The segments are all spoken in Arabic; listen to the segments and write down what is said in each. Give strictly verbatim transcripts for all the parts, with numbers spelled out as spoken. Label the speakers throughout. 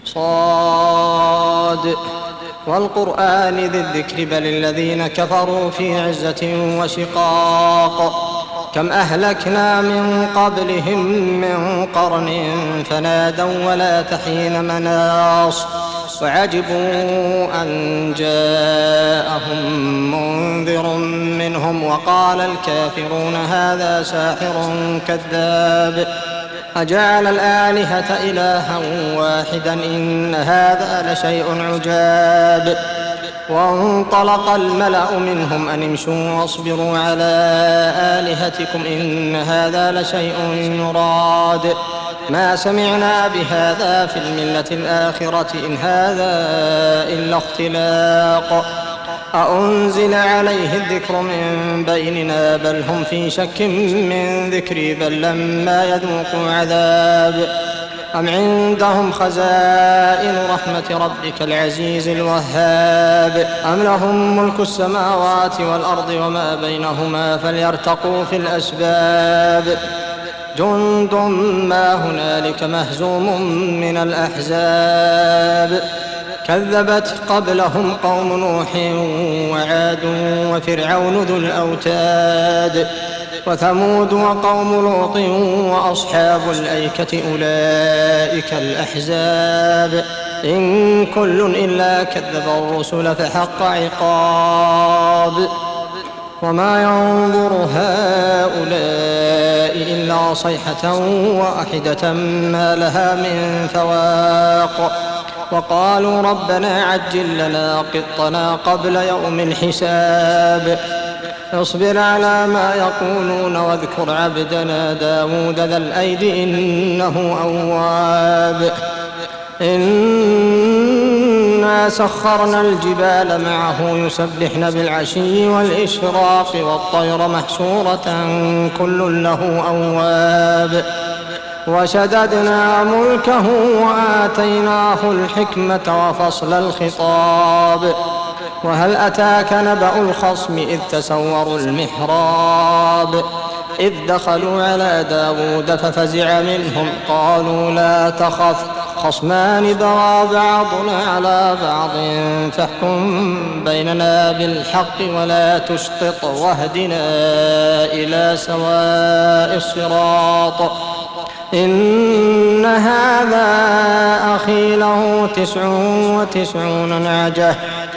Speaker 1: صاد والقرآن ذي الذكر بل الذين كفروا في عزة وشقاق كم أهلكنا من قبلهم من قرن فنادوا ولا تحين مناص وعجبوا أن جاءهم منذر منهم وقال الكافرون هذا ساحر كذاب أجعل الآلهة إلها واحدا إن هذا لشيء عجاب وانطلق الملأ منهم أن امشوا واصبروا على آلهتكم إن هذا لشيء يراد ما سمعنا بهذا في الملة الآخرة إن هذا إلا اختلاق أأنزل عليه الذكر من بيننا بل هم في شك من ذكري بل لما يذوقوا عذاب أم عندهم خزائن رحمة ربك العزيز الوهاب أم لهم ملك السماوات والأرض وما بينهما فليرتقوا في الأسباب جند ما هنالك مهزوم من الأحزاب كذبت قبلهم قوم نوح وعاد وفرعون ذو الأوتاد وثمود وقوم لوط وأصحاب الأيكة أولئك الأحزاب إن كل إلا كذب الرسل فحق عقاب وما ينظر هؤلاء إلا صيحة واحدة ما لها من فواق وقالوا ربنا عجل لنا قطنا قبل يوم الحساب اصبر على ما يقولون واذكر عبدنا داود ذا الأيد إنه أواب إنا سخرنا الجبال معه يسبحن بالعشي والإشراق والطير محشورة كل له أواب وشددنا ملكه وآتيناه الحكمة وفصل الخطاب وهل أتاك نبأ الخصم إذ تسوروا المحراب إذ دخلوا على داود ففزع منهم قالوا لا تخف خصمان بغى بعضنا على بعض فاحكم بيننا بالحق ولا تشطط واهدنا إلى سواء الصراط إن هذا أخي له تسع وتسعون نعجة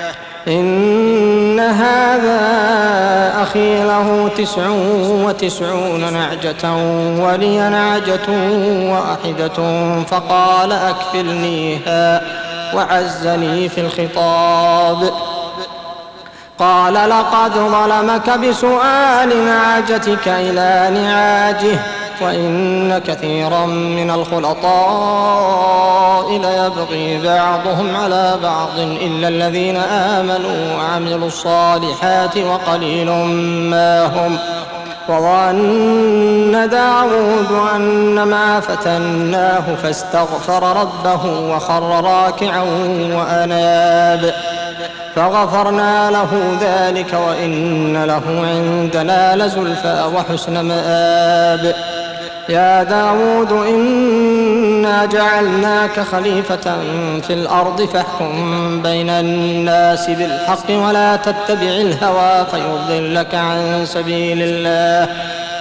Speaker 1: إن هذا أخي له تسع وتسعون نعجة ولي نعجة واحدة فقال أكفلنيها وعزني في الخطاب قال لقد ظلمك بسؤال نعجتك إلى نعاجه وإن كثيرا من الخلطاء ليبغي بعضهم على بعض إلا الذين آمنوا وعملوا الصالحات وقليل ما هم وظن داود أنما فتناه فاستغفر ربه وخر راكعا وأناب فغفرنا له ذلك وإن له عندنا لزلفى وحسن مآب يا داود إنا جعلناك خليفة في الأرض فاحكم بين الناس بالحق ولا تتبع الهوى فيضلك عن سبيل الله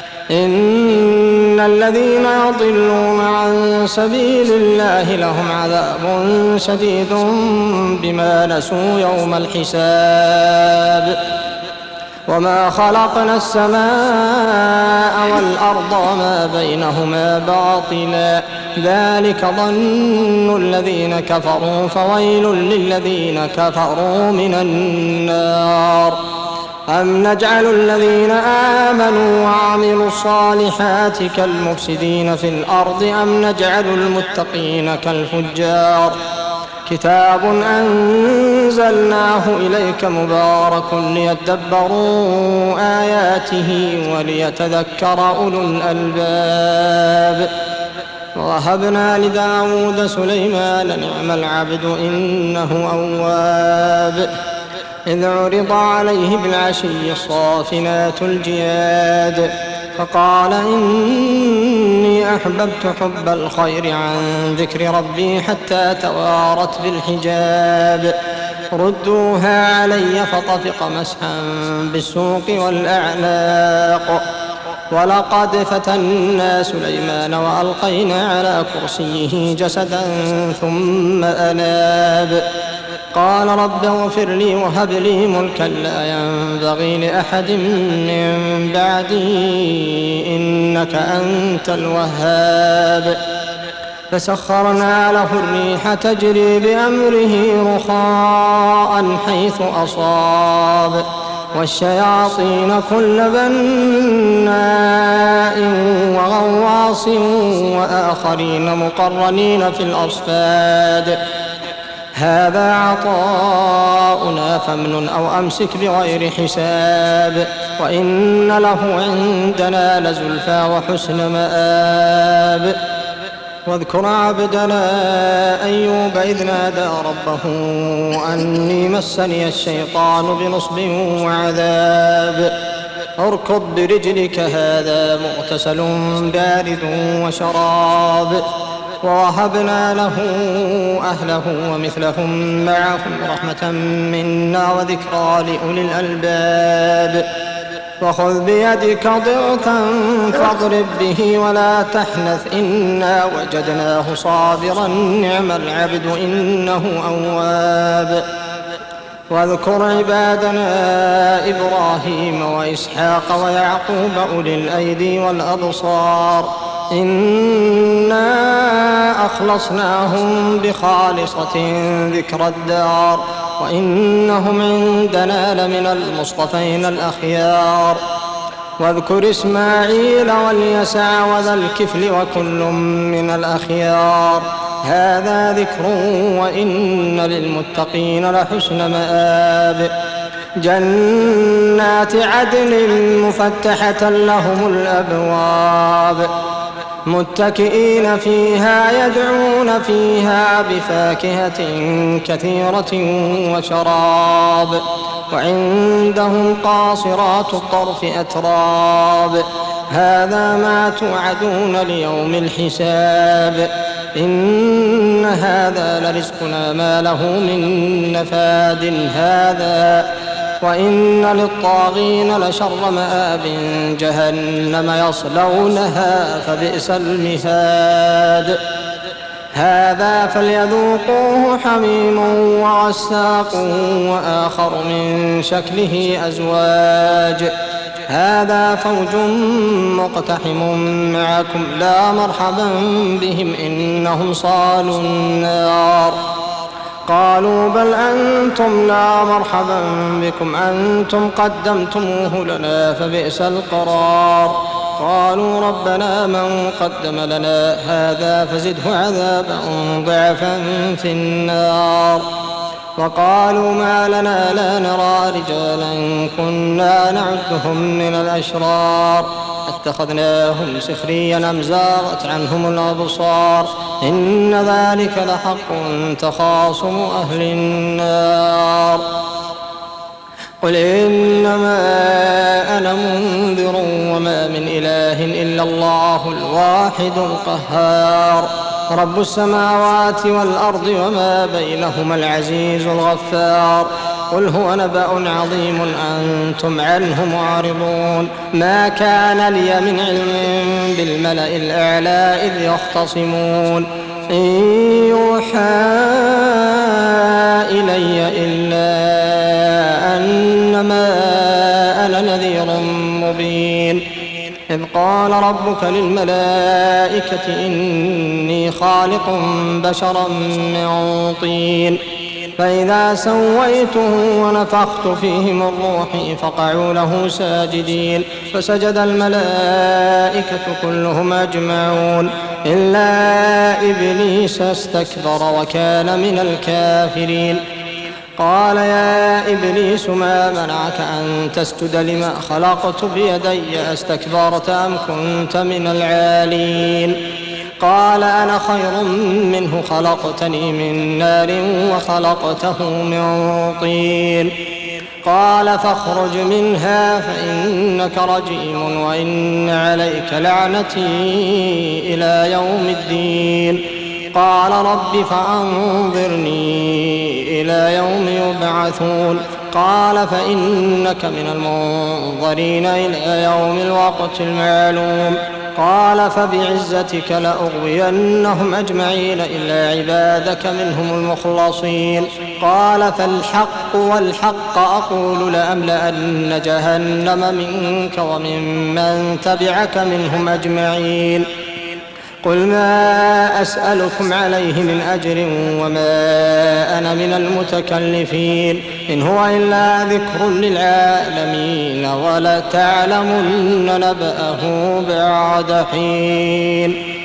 Speaker 1: إن الذين يضلون عن سبيل الله لهم عذاب شديد بما نسوا يوم الحساب وما خلقنا السماء والأرض وما بينهما باطلا ذلك ظن الذين كفروا فويل للذين كفروا من النار أم نجعل الذين آمنوا وعملوا الصالحات كالمفسدين في الأرض أم نجعل المتقين كالفجار كتاب أنزلناه إليك مبارك ليدبروا آياته وليتذكر أولو الألباب ووهبنا لداود سليمان نعم العبد إنه أواب إذ عرض عليه بالعشي الصافنات الجياد فقال إني أحببت حب الخير عن ذكر ربي حتى توارت بالحجاب ردوها علي فطفق مسحا بالسوق والأعناق. ولقد فتنا سليمان وألقينا على كرسيه جسدا ثم أناب قال رب اغفر لي وهب لي ملكا لا ينبغي لأحد من بعدي إنك أنت الوهاب. فسخرنا له الريح تجري بأمره رخاء حيث أصاب والشياطين كل بناء وغواص وآخرين مقرنين في الأصفاد هذا عطاؤنا فامنن أو أمسك بغير حساب وإن له عندنا لزلفى وحسن مآب. واذكر عبدنا أيوب إذ نادى ربه أني مسني الشيطان بنصب وعذاب اركض برجلك هذا مغتسل بارد وشراب. ووهبنا له أهله ومثلهم معهم رحمة منا وذكرى لأولي الألباب. وخذ بيدك ضغثا فاضرب به ولا تحنث إنا وجدناه صابرا نعم العبد إنه أواب. واذكر عبادنا إبراهيم وإسحاق ويعقوب أولي الأيدي والأبصار إنا أخلصناهم بخالصة ذكر الدار وإنهم عندنا لمن المصطفين الأخيار. واذكر إسماعيل واليسع وذا الكفل وكل من الأخيار هذا ذكر وإن للمتقين لحسن مآب. جنات عدن مفتحة لهم الأبواب متكئين فيها يدعون فيها بفاكهة كثيرة وشراب وعندهم قاصرات الطرف أتراب هذا ما توعدون ليوم الحساب إن هذا لرزقنا ما له من نفاد هذا وإن للطاغين لشر مآب جهنم يصلونها فبئس المهاد هذا فليذوقوه حميم وغساق وآخر من شكله أزواج هذا فوج مقتحم معكم لا مرحبا بهم إنهم صالوا النار قالوا بل أنتم لا مرحبا بكم أنتم قدمتموه لنا فبئس القرار قالوا ربنا من قدم لنا هذا فزده عذابا ضعفا في النار وقالوا ما لنا لا نرى رجالا كنا نعدهم من الأشرار اتخذناهم سخريا أم زاغت عنهم الأبصار إن ذلك لحق تخاصم أهل النار قل إنما أنا منذر وما من إله إلا الله الواحد القهار رب السماوات والأرض وما بينهما العزيز الغفار قل هو نبأ عظيم أنتم عنه معرضون ما كان لي من علم بالملأ الأعلى إذ يختصمون إن يوحى إلي إلا أنما أنا نذير مبين إذ قال ربك للملائكة إني خالق بشرا من طين فإذا سويته ونفخت فيه من روحي فقعوا له ساجدين فسجد الملائكة كلهم أجمعون إلا إبليس استكبر وكان من الكافرين قال يا إبليس ما منعك أن تسجد لما خلقت بيدي أستكبرت أم كنت من العالين قال أنا خير منه خلقتني من نار وخلقته من طين قال فاخرج منها فإنك رجيم وإن عليك لعنتي إلى يوم الدين. قال رب فأنظرني إلى يوم يبعثون. قال فإنك من المنظرين إلى يوم الوقت المعلوم. قال فبعزتك لأغوينهم أجمعين إلا عبادك منهم المخلصين. قال فالحق والحق أقول لأملأن جهنم منك وممن تبعك منهم أجمعين. قل ما أسألكم عليه من أجر وما أنا من المتكلفين إن هو إلا ذكر للعالمين ولتعلمن نبأه بعد حين.